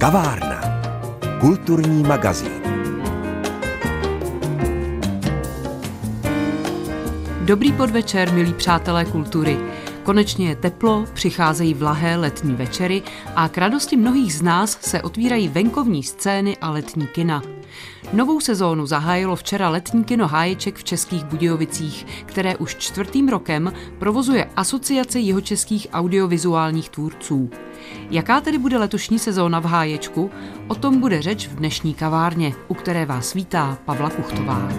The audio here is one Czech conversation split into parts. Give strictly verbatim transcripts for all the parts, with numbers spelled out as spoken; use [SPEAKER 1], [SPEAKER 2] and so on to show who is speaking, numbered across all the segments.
[SPEAKER 1] Kavárna. Kulturní magazín.
[SPEAKER 2] Dobrý podvečer, milí přátelé kultury. Konečně je teplo, přicházejí vlahé letní večery a k radosti mnohých z nás se otvírají venkovní scény a letní kina. Novou sezónu zahájilo včera letní kino Háječek v Českých Budějovicích, které už čtvrtým rokem provozuje Asociace jihočeských audiovizuálních tvůrců. Jaká tedy bude letošní sezóna v Háječku? O tom bude řeč v dnešní kavárně, u které vás vítá Pavla Kuchtová.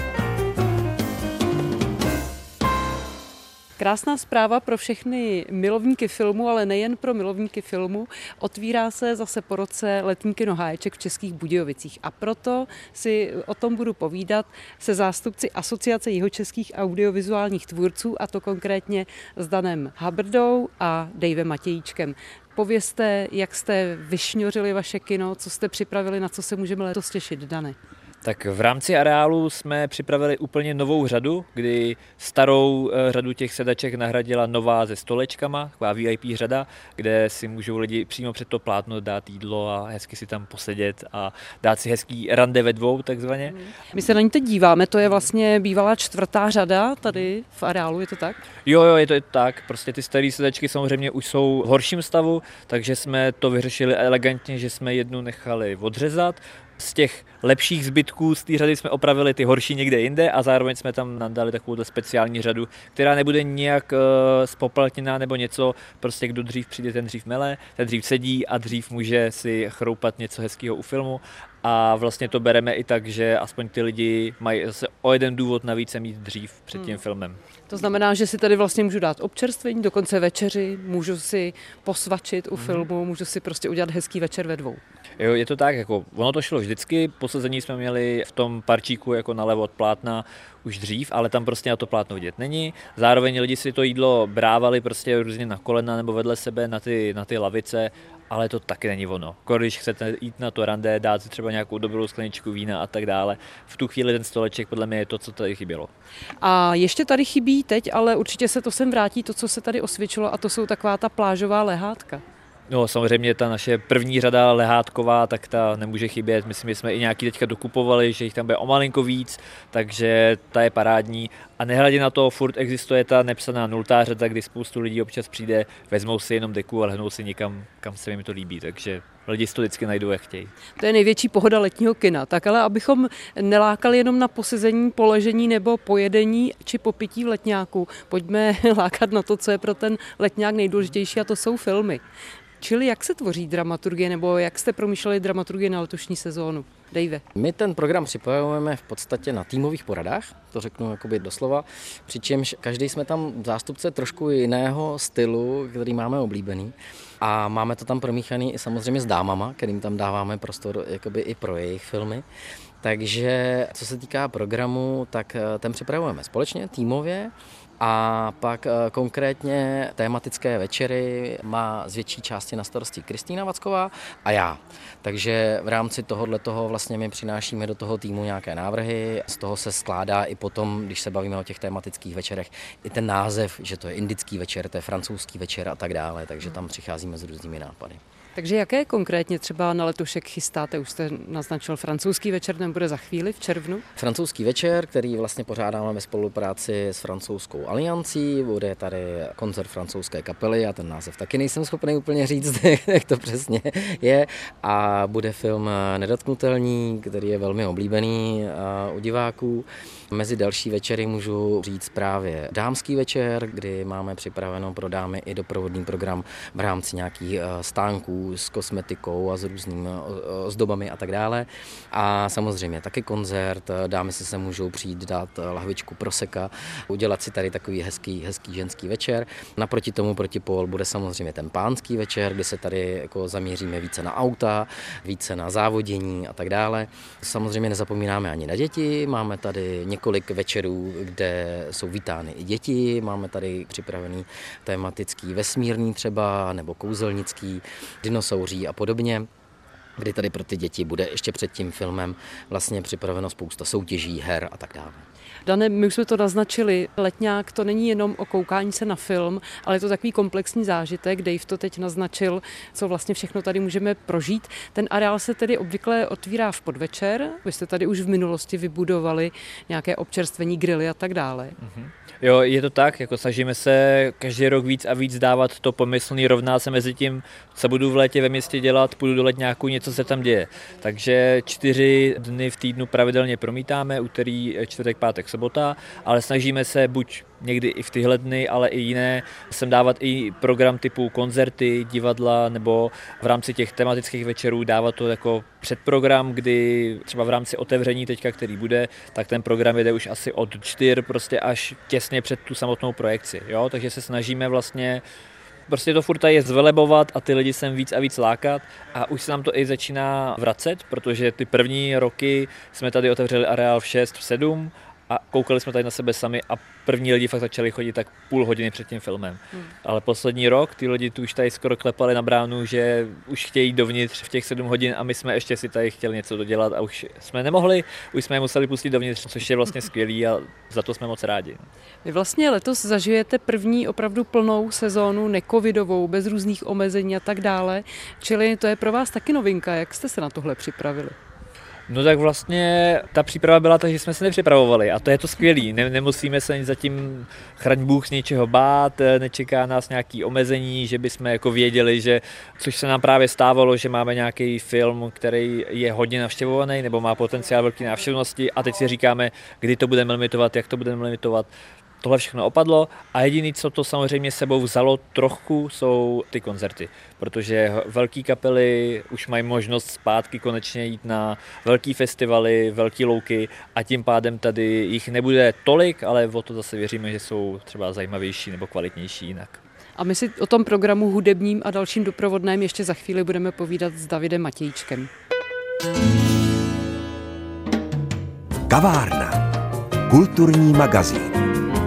[SPEAKER 2] Krásná zpráva pro všechny milovníky filmu, ale nejen pro milovníky filmu. Otvírá se zase po roce letní kino Háječek v Českých Budějovicích a proto si o tom budu povídat se zástupci Asociace jihočeských audiovizuálních tvůrců, a to konkrétně s Danem Habrdou a Davem Matějíčkem. Povězte, jak jste vyšňořili vaše kino, co jste připravili, na co se můžeme letos těšit, Dane.
[SPEAKER 3] Tak v rámci areálu jsme připravili úplně novou řadu, kdy starou řadu těch sedaček nahradila nová se stolečkama, taková V I P řada, kde si můžou lidi přímo před to plátno dát jídlo a hezky si tam posedět a dát si hezký rande ve dvou takzvaně.
[SPEAKER 2] My se na ní teď díváme, to je vlastně bývalá čtvrtá řada tady v areálu, je to tak?
[SPEAKER 3] Jo, jo, je to tak, prostě ty staré sedačky samozřejmě už jsou v horším stavu, takže jsme to vyřešili elegantně, že jsme jednu nechali odřezat. Z těch lepších zbytků z té řady jsme opravili ty horší někde jinde a zároveň jsme tam nadali takovou speciální řadu, která nebude nijak uh, spoplatněná nebo něco, prostě kdo dřív přijde, ten dřív mele, ten dřív sedí a dřív může si chroupat něco hezkého u filmu. A vlastně to bereme i tak, že aspoň ty lidi mají zase o jeden důvod navíc mít dřív před tím hmm. filmem.
[SPEAKER 2] To znamená, že si tady vlastně můžu dát občerstvení, dokonce večeři, můžu si posvačit u hmm. filmu, můžu si prostě udělat hezký večer ve dvou.
[SPEAKER 3] Jo, je to tak, jako ono to šlo vždycky, posazení jsme měli v tom parčíku jako nalevo od plátna už dřív, ale tam prostě na to plátno vidět není. Zároveň lidi si to jídlo brávali prostě různě na kolena nebo vedle sebe na ty, na ty lavice, ale to taky není ono. Když chcete jít na to rande, dát si třeba nějakou dobrou skleničku vína a tak dále, v tu chvíli ten stoleček podle mě je to, co tady chybělo.
[SPEAKER 2] A ještě tady chybí teď, ale určitě se to sem vrátí, to, co se tady osvědčilo, a to jsou taková ta plážová lehátka.
[SPEAKER 3] No samozřejmě ta naše první řada lehátková, tak ta nemůže chybět. Myslím, že jsme i nějaký teďka dokupovali, že jich tam bude o malinko víc, takže ta je parádní. A nehledě na to, furt existuje ta nepsaná nultá řada, kdy spoustu lidí občas přijde, vezmou si jenom deku a lehnou si někam, kam se jim to líbí, takže lidi si to vždycky najdou, jak chtějí.
[SPEAKER 2] To je největší pohoda letního kina. Tak ale abychom nelákali jenom na posezení, poležení nebo pojedení či popití v letňáku, pojďme lákat na to, co je pro ten letňák nejdůležitější, a to jsou filmy. Čili jak se tvoří dramaturgie, nebo jak jste promýšleli dramaturgie na letošní sezónu? Dave.
[SPEAKER 4] My ten program připravujeme v podstatě na týmových poradách, to řeknu jakoby doslova, přičemž každý jsme tam zástupce trošku jiného stylu, který máme oblíbený. A máme to tam promíchaný i samozřejmě s dámama, kterým tam dáváme prostor jakoby i pro jejich filmy. Takže co se týká programu, tak ten připravujeme společně, týmově. A pak konkrétně tématické večery má z větší části na starosti Kristýna Vacková a já. Takže v rámci tohoto vlastně my přinášíme do toho týmu nějaké návrhy, z toho se skládá i potom, když se bavíme o těch tématických večerech, i ten název, že to je indický večer, to je francouzský večer a tak dále, takže tam přicházíme s různými nápady.
[SPEAKER 2] Takže jaké konkrétně třeba na letošek chystáte? Už jste naznačil francouzský večer, ten bude za chvíli v červnu?
[SPEAKER 4] Francouzský večer, který vlastně pořádáme ve spolupráci s francouzskou aliancí, bude tady koncert francouzské kapely, a ten název taky nejsem schopný úplně říct, jak to přesně je. A bude film Nedotknutelní, který je velmi oblíbený u diváků. Mezi další večery můžu říct právě dámský večer, kdy máme připraveno pro dámy i doprovodný program v rámci nějakých stánků s kosmetikou a s různými ozdobami a tak dále. A samozřejmě taky koncert, dámy si se můžou přijít dát lahvičku proseka, udělat si tady takový hezký, hezký ženský večer. Naproti tomu protipól bude samozřejmě ten pánský večer, kdy se tady jako zaměříme více na auta, více na závodění a tak dále. Samozřejmě nezapomínáme ani na děti, máme tady několik večerů, kde jsou vítány i děti, máme tady připravený tematický vesmírný třeba, nebo kouzelnický, dinosauří a podobně, kdy tady pro ty děti bude ještě před tím filmem vlastně připraveno spousta soutěží, her a tak dále.
[SPEAKER 2] Dane, my už jsme to naznačili, letňák to není jenom o koukání se na film, ale je to takový komplexní zážitek. Dave to teď naznačil, co vlastně všechno tady můžeme prožít. Ten areál se tedy obvykle otvírá v podvečer. Vy jste tady už v minulosti vybudovali nějaké občerstvení, grily a tak dále. Mm-hmm.
[SPEAKER 3] Jo, je to tak, jako snažíme se každý rok víc a víc dávat to pomyslný rovnáce mezi tím, co budu v létě ve městě dělat, půjdu do letňáku, něco se tam děje. Takže čtyři dny v týdnu pravidelně promítáme, úterý, čtvrtek, pátek, sobota, ale snažíme se buď někdy i v tyhle dny, ale i jiné, sem dávat i program typu koncerty, divadla, nebo v rámci těch tematických večerů dávat to jako předprogram, kdy třeba v rámci otevření teďka, který bude, tak ten program jede už asi od čtyř prostě až těsně před tu samotnou projekci, jo? Takže se snažíme vlastně prostě to furt je zvelebovat a ty lidi sem víc a víc lákat a už se nám to i začíná vracet, protože ty první roky jsme tady otevřeli areál v šest, v sedm a koukali jsme tady na sebe sami a první lidi fakt začali chodit tak půl hodiny před tím filmem. Hmm. Ale poslední rok ty lidi tu už tady skoro klepali na bránu, že už chtějí dovnitř v těch sedm hodin a my jsme ještě si tady chtěli něco dodělat a už jsme nemohli, už jsme je museli pustit dovnitř, což je vlastně skvělý a za to jsme moc rádi.
[SPEAKER 2] Vy vlastně letos zažijete první opravdu plnou sezónu necovidovou, bez různých omezení a tak dále, čili to je pro vás taky novinka. Jak jste se na tohle připravili?
[SPEAKER 3] No tak vlastně ta příprava byla tak, že jsme se nepřipravovali a to je to skvělý. Ne, nemusíme se zatím, chraň Bůh, z něčeho bát, nečeká nás nějaké omezení, že bychom jako věděli, že, což se nám právě stávalo, že máme nějaký film, který je hodně navštěvovaný nebo má potenciál velké návštěvnosti a teď si říkáme, kdy to budeme limitovat, jak to budeme limitovat. Tohle všechno opadlo a jediné, co to samozřejmě sebou vzalo trochu, jsou ty koncerty, protože velké kapely už mají možnost zpátky konečně jít na velký festivaly, velký louky a tím pádem tady jich nebude tolik, ale o to zase věříme, že jsou třeba zajímavější nebo kvalitnější jinak.
[SPEAKER 2] A my si o tom programu hudebním a dalším doprovodném ještě za chvíli budeme povídat s Davidem Matějčkem.
[SPEAKER 1] Kavárna. Kulturní magazín.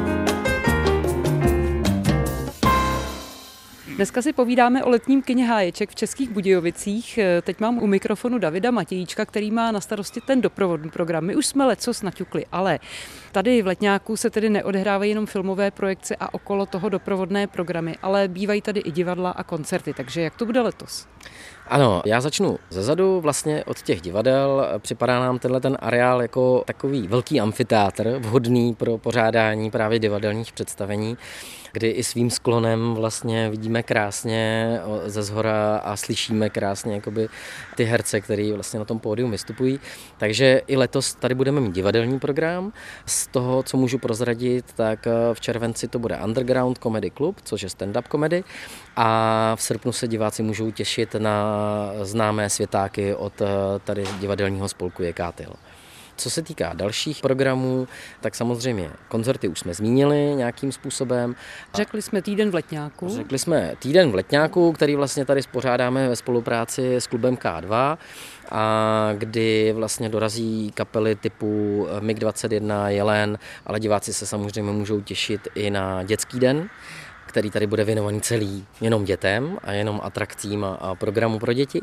[SPEAKER 2] Dneska si povídáme o letním kině Háječek v Českých Budějovicích. Teď mám u mikrofonu Davida Matějíčka, který má na starosti ten doprovodný program. My už jsme lecos naťukli, ale tady v letňáku se tedy neodehrávají jenom filmové projekce a okolo toho doprovodné programy, ale bývají tady i divadla a koncerty. Takže jak to bude letos?
[SPEAKER 4] Ano, já začnu zezadu, vlastně od těch divadel. Připadá nám tenhle ten areál jako takový velký amfiteátr, vhodný pro pořádání právě divadelních představení, kdy i svým sklonem vlastně vidíme krásně ze zhora a slyšíme krásně jakoby ty herce, který vlastně na tom pódiu vystupují. Takže i letos tady budeme mít divadelní program. Z toho, co můžu prozradit, tak v červenci to bude Underground Comedy Club, což je stand-up komedy, a v srpnu se diváci můžou těšit na známé světáky od tady divadelního spolku Jekatyl. Co se týká dalších programů, tak samozřejmě koncerty už jsme zmínili nějakým způsobem.
[SPEAKER 2] Řekli jsme týden v letňáku.
[SPEAKER 4] Řekli jsme týden v letňáku, který vlastně tady spořádáme ve spolupráci s klubem K dva, a kdy vlastně dorazí kapely typu M I G dvacet jedna, Jelen, ale diváci se samozřejmě můžou těšit i na dětský den, který tady bude věnovaný celý jenom dětem a jenom atrakcím a, a programu pro děti.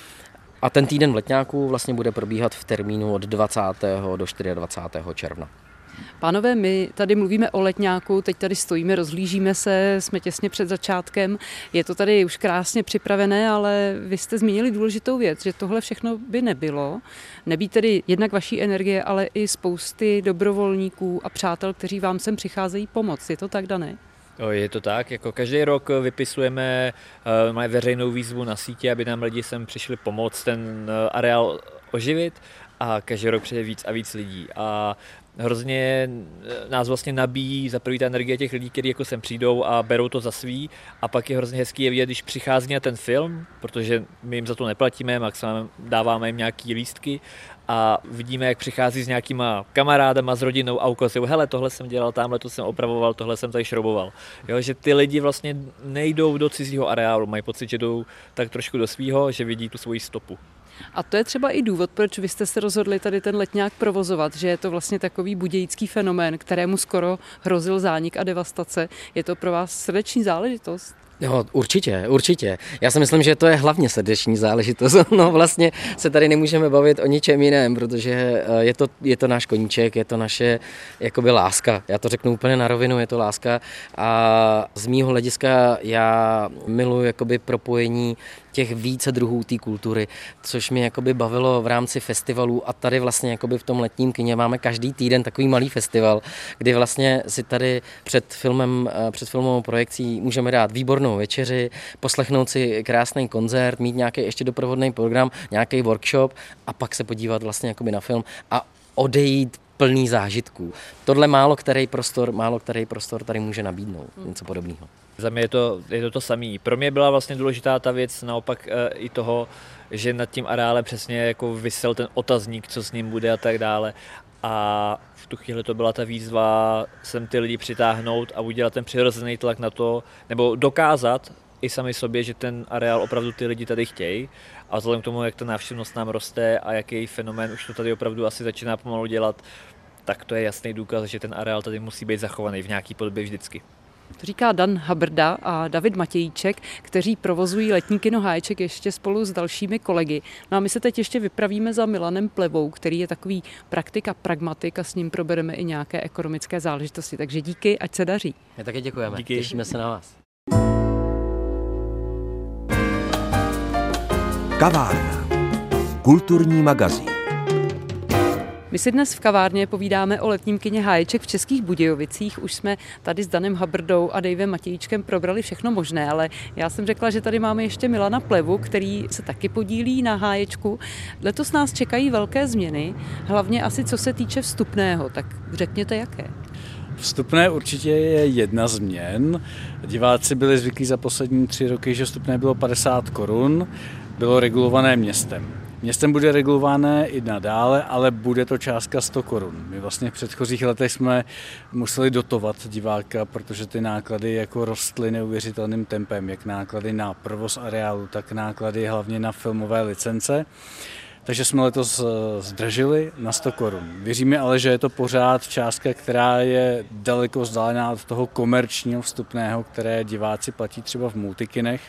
[SPEAKER 4] A ten týden v letňáku vlastně bude probíhat v termínu od dvacátého do dvacátého čtvrtého června.
[SPEAKER 2] Pánové, my tady mluvíme o letňáku, teď tady stojíme, rozhlížíme se, jsme těsně před začátkem. Je to tady už krásně připravené, ale vy jste zmínili důležitou věc, že tohle všechno by nebylo. Nebýt tedy jednak vaší energie, ale i spousty dobrovolníků a přátel, kteří vám sem přicházejí pomoct. Je to tak, Dané?
[SPEAKER 3] Je to tak, jako každý rok vypisujeme uh, veřejnou výzvu na sítě, aby nám lidi sem přišli pomoct ten uh, areál oživit a každý rok přijde víc a víc lidí. A hrozně nás vlastně nabíjí za první ta energie těch lidí, kteří jako sem přijdou a berou to za svý, a pak je hrozně hezký je vidět, když přichází na ten film, protože my jim za to neplatíme, maximálně dáváme jim nějaký lístky a vidíme, jak přichází s nějakýma kamarádama, s rodinou a ukazují, hele, tohle jsem dělal, tamhle to jsem opravoval, tohle jsem tady šrouboval. Jo, že ty lidi vlastně nejdou do cizího areálu, mají pocit, že jdou tak trošku do svýho, že vidí tu svoji stopu.
[SPEAKER 2] A to je třeba i důvod, proč vy jste se rozhodli tady ten letňák provozovat, že je to vlastně takový budějický fenomén, kterému skoro hrozil zánik a devastace. Je to pro vás srdeční záležitost?
[SPEAKER 4] Jo, určitě, určitě. Já si myslím, že to je hlavně srdeční záležitost. No vlastně se tady nemůžeme bavit o ničem jiném, protože je to, je to náš koníček, je to naše jakoby láska. Já to řeknu úplně na rovinu, je to láska a z mýho hlediska já miluji jakoby propojení těch více druhů té kultury, což mě jakoby bavilo v rámci festivalů a tady vlastně jakoby v tom letním kině máme každý týden takový malý festival, kdy vlastně si tady před filmem, před filmovou projekcí můžeme dát výbornou večeři, poslechnout si krásný koncert, mít nějaký ještě doprovodný program, nějaký workshop a pak se podívat vlastně jakoby na film a odejít plný zážitků. Tohle málo který prostor, málo který prostor tady může nabídnout, něco podobného.
[SPEAKER 3] Za mě je to, je to to samé. Pro mě byla vlastně důležitá ta věc naopak e, i toho, že nad tím areálem přesně jako visel ten otazník, co s ním bude a tak dále. A v tu chvíli to byla ta výzva sem ty lidi přitáhnout a udělat ten přirozený tlak na to, nebo dokázat i sami sobě, že ten areál opravdu ty lidi tady chtějí. A vzhledem k tomu, jak ta návštěvnost nám roste a jaký fenomén už to tady opravdu asi začíná pomalu dělat, tak to je jasný důkaz, že ten areál tady musí být zachovaný v nějaký podobě vždycky.
[SPEAKER 2] To říká Dan Habrda a David Matějíček, kteří provozují letní kino Háječek ještě spolu s dalšími kolegy. No a my se teď ještě vypravíme za Milanem Plevou, který je takový praktik a pragmatik a s ním probereme i nějaké ekonomické záležitosti. Takže díky, ať se daří.
[SPEAKER 4] My taky děkujeme,
[SPEAKER 3] díky.
[SPEAKER 4] Těšíme se na vás.
[SPEAKER 1] Kavárna. Kulturní magazín.
[SPEAKER 2] My si dnes v kavárně povídáme o letním kině Háječek v Českých Budějovicích. Už jsme tady s Danem Habrdou a Davem Matějíčkem probrali všechno možné, ale já jsem řekla, že tady máme ještě Milana Plevu, který se taky podílí na Háječku. Letos nás čekají velké změny, hlavně asi co se týče vstupného, tak řekněte jaké.
[SPEAKER 5] Vstupné určitě je jedna změn. Diváci byli zvyklí za poslední tři roky, že vstupné bylo padesát korun, bylo regulované městem. Městem bude regulované i nadále, ale bude to částka sto korun. My vlastně v předchozích letech jsme museli dotovat diváka, protože ty náklady jako rostly neuvěřitelným tempem, jak náklady na provoz areálu, tak náklady hlavně na filmové licence. Takže jsme letos zdražili na sto korun. Věříme ale, že je to pořád částka, která je daleko vzdálená od toho komerčního vstupného, které diváci platí třeba v multikinech.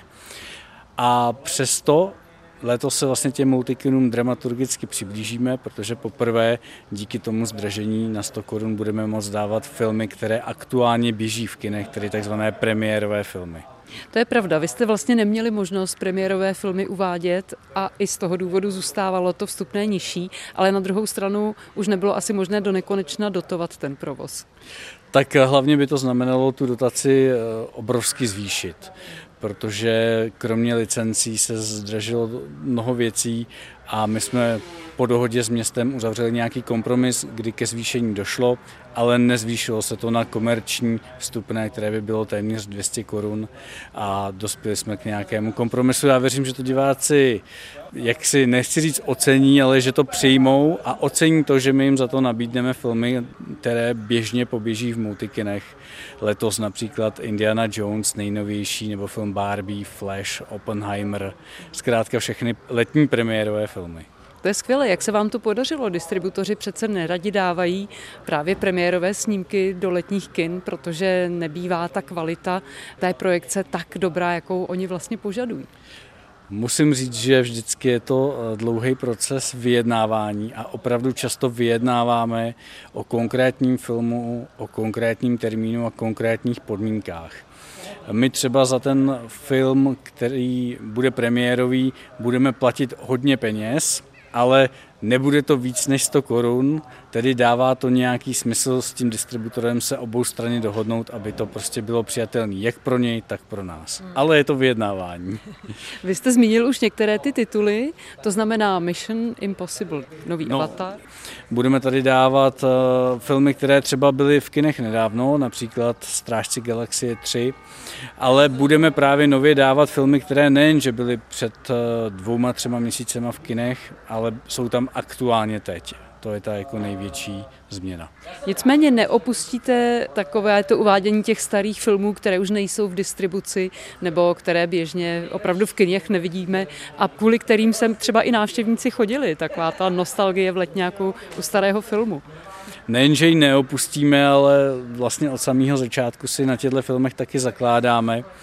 [SPEAKER 5] A přesto letos se vlastně těm multikinům dramaturgicky přiblížíme, protože poprvé díky tomu zdražení na sto korun budeme moct dávat filmy, které aktuálně běží v kinech, tedy takzvané premiérové filmy.
[SPEAKER 2] To je pravda, vy jste vlastně neměli možnost premiérové filmy uvádět a i z toho důvodu zůstávalo to vstupné nižší, ale na druhou stranu už nebylo asi možné do nekonečna dotovat ten provoz.
[SPEAKER 5] Tak hlavně by to znamenalo tu dotaci obrovsky zvýšit, protože kromě licencí se zdražilo mnoho věcí a my jsme po dohodě s městem uzavřeli nějaký kompromis, kdy ke zvýšení došlo, ale nezvýšilo se to na komerční vstupné, které by bylo téměř dvě stě korun a dospěli jsme k nějakému kompromisu. Já věřím, že to diváci, jak si nechci říct ocení, ale že to přijmou a ocení to, že my jim za to nabídneme filmy, které běžně poběží v multikinech. Letos například Indiana Jones, nejnovější, nebo film Barbie, Flash, Oppenheimer, zkrátka všechny letní premiérové filmy.
[SPEAKER 2] To je skvělé, jak se vám to podařilo? Distributoři přece neradi dávají právě premiérové snímky do letních kin, protože nebývá ta kvalita té projekce tak dobrá, jakou oni vlastně požadují.
[SPEAKER 5] Musím říct, že vždycky je to dlouhý proces vyjednávání a opravdu často vyjednáváme o konkrétním filmu, o konkrétním termínu a konkrétních podmínkách. My třeba za ten film, který bude premiérový, budeme platit hodně peněz, ale nebude to víc než sto korun, tedy dává to nějaký smysl s tím distributorem se obou strany dohodnout, aby to prostě bylo přijatelné jak pro něj, tak pro nás. Hmm. Ale je to vyjednávání.
[SPEAKER 2] Vy jste zmínil už některé ty tituly, to znamená Mission Impossible, nový
[SPEAKER 5] no,
[SPEAKER 2] Avatar.
[SPEAKER 5] Budeme tady dávat uh, filmy, které třeba byly v kinech nedávno, například Strážci galaxie tři, ale budeme právě nově dávat filmy, které nejen, že byly před uh, dvouma, třema měsícema v kinech, ale jsou tam aktuálně teď. To je ta jako největší změna.
[SPEAKER 2] Nicméně neopustíte takové to uvádění těch starých filmů, které už nejsou v distribuci nebo které běžně opravdu v kinech nevidíme a kvůli kterým sem třeba i návštěvníci chodili. Taková ta nostalgie v letňáku u starého filmu.
[SPEAKER 5] Nejen, že ji neopustíme, ale vlastně od samého začátku si na těchto filmech taky zakládáme.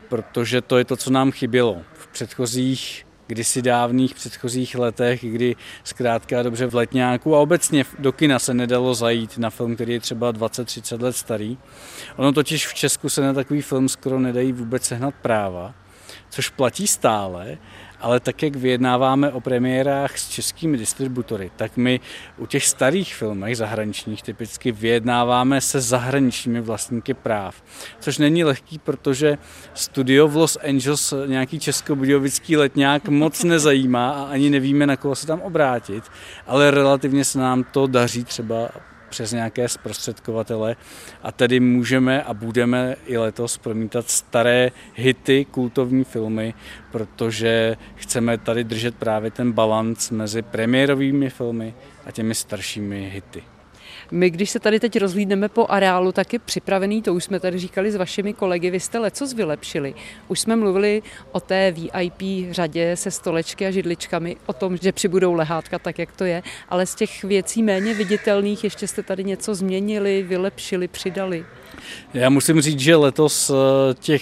[SPEAKER 5] protože to je to, co nám chybělo v předchozích kdysi dávných předchozích letech, kdy zkrátka dobře v letňáku a obecně do kina se nedalo zajít na film, který je třeba dvacet třicet let starý. Ono totiž v Česku se na takový film skoro nedají vůbec sehnat práva, což platí stále, ale tak, jak vyjednáváme o premiérách s českými distributory, tak my u těch starých filmech zahraničních typicky vyjednáváme se zahraničními vlastníky práv. Což není lehký, protože studio v Los Angeles nějaký českobudějovický letňák moc nezajímá a ani nevíme, na koho se tam obrátit, ale relativně se nám to daří třeba přes nějaké zprostředkovatele a tedy můžeme a budeme i letos promítat staré hity, kultovní filmy, protože chceme tady držet právě ten balanc mezi premiérovými filmy a těmi staršími hity.
[SPEAKER 2] My, když se tady teď rozhlídneme po areálu, tak je připravený, to už jsme tady říkali s vašimi kolegy, vy jste lecos vylepšili. Už jsme mluvili o té V I P řadě se stolečky a židličkami, o tom, že přibudou lehátka, tak jak to je, ale z těch věcí méně viditelných ještě jste tady něco změnili, vylepšili, přidali. Já
[SPEAKER 5] musím říct, že letos těch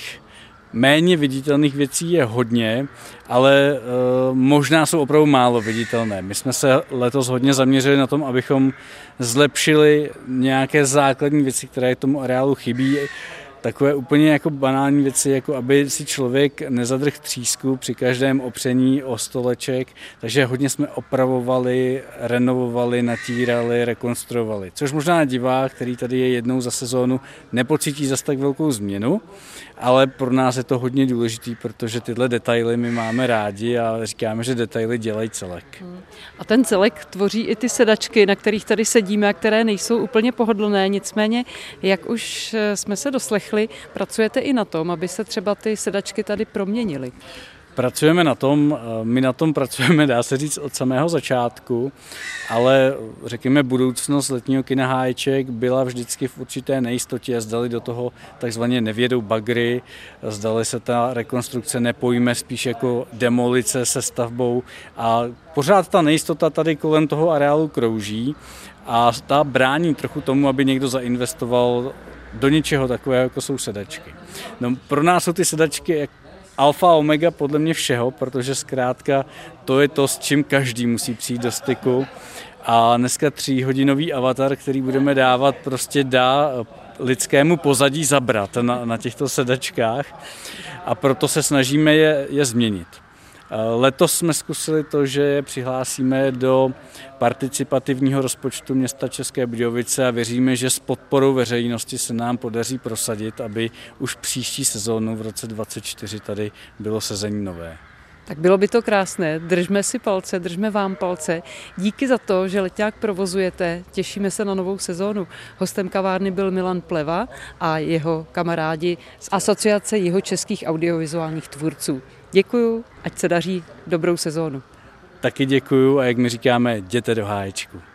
[SPEAKER 5] méně viditelných věcí je hodně, ale uh, možná jsou opravdu málo viditelné. My jsme se letos hodně zaměřili na tom, abychom zlepšili nějaké základní věci, které k tomu areálu chybí. Takové úplně jako banální věci, jako aby si člověk nezadrhl třísku při každém opření o stoleček, takže hodně jsme opravovali, renovovali, natírali, rekonstruovali. Což možná divák, který tady je jednou za sezónu, nepocítí zas tak velkou změnu, ale pro nás je to hodně důležitý, protože tyhle detaily my máme rádi a říkáme, že detaily dělají celek.
[SPEAKER 2] A ten celek tvoří i ty sedačky, na kterých tady sedíme a které nejsou úplně pohodlné, nicméně, jak už jsme se doslechli, pracujete i na tom, aby se třeba ty sedačky tady proměnily.
[SPEAKER 5] Pracujeme na tom, my na tom pracujeme, dá se říct, od samého začátku, ale řekněme, budoucnost letního kina Háječek byla vždycky v určité nejistotě, zdali do toho takzvaně nevědou bagry, zdali se ta rekonstrukce nepojme spíš jako demolice se stavbou a pořád ta nejistota tady kolem toho areálu krouží a ta brání trochu tomu, aby někdo zainvestoval do něčeho takového, jako jsou sedačky. No, pro nás jsou ty sedačky alfa a omega podle mě všeho, protože zkrátka to je to, s čím každý musí přijít do styku. A dneska tříhodinový avatar, který budeme dávat, prostě dá lidskému pozadí zabrat na, na těchto sedačkách a proto se snažíme je, je změnit. Letos jsme zkusili to, že je přihlásíme do participativního rozpočtu města České Budějovice a věříme, že s podporou veřejnosti se nám podaří prosadit, aby už příští sezónu v roce dvacet čtyři tady bylo sezení nové.
[SPEAKER 2] Tak bylo by to krásné, držme si palce, držme vám palce. Díky za to, že letňák provozujete, těšíme se na novou sezónu. Hostem kavárny byl Milan Pleva a jeho kamarádi z Asociace jihočeských audiovizuálních tvůrců. Děkuju, ať se daří dobrou sezónu.
[SPEAKER 5] Taky děkuju a jak my říkáme, jděte do háječku.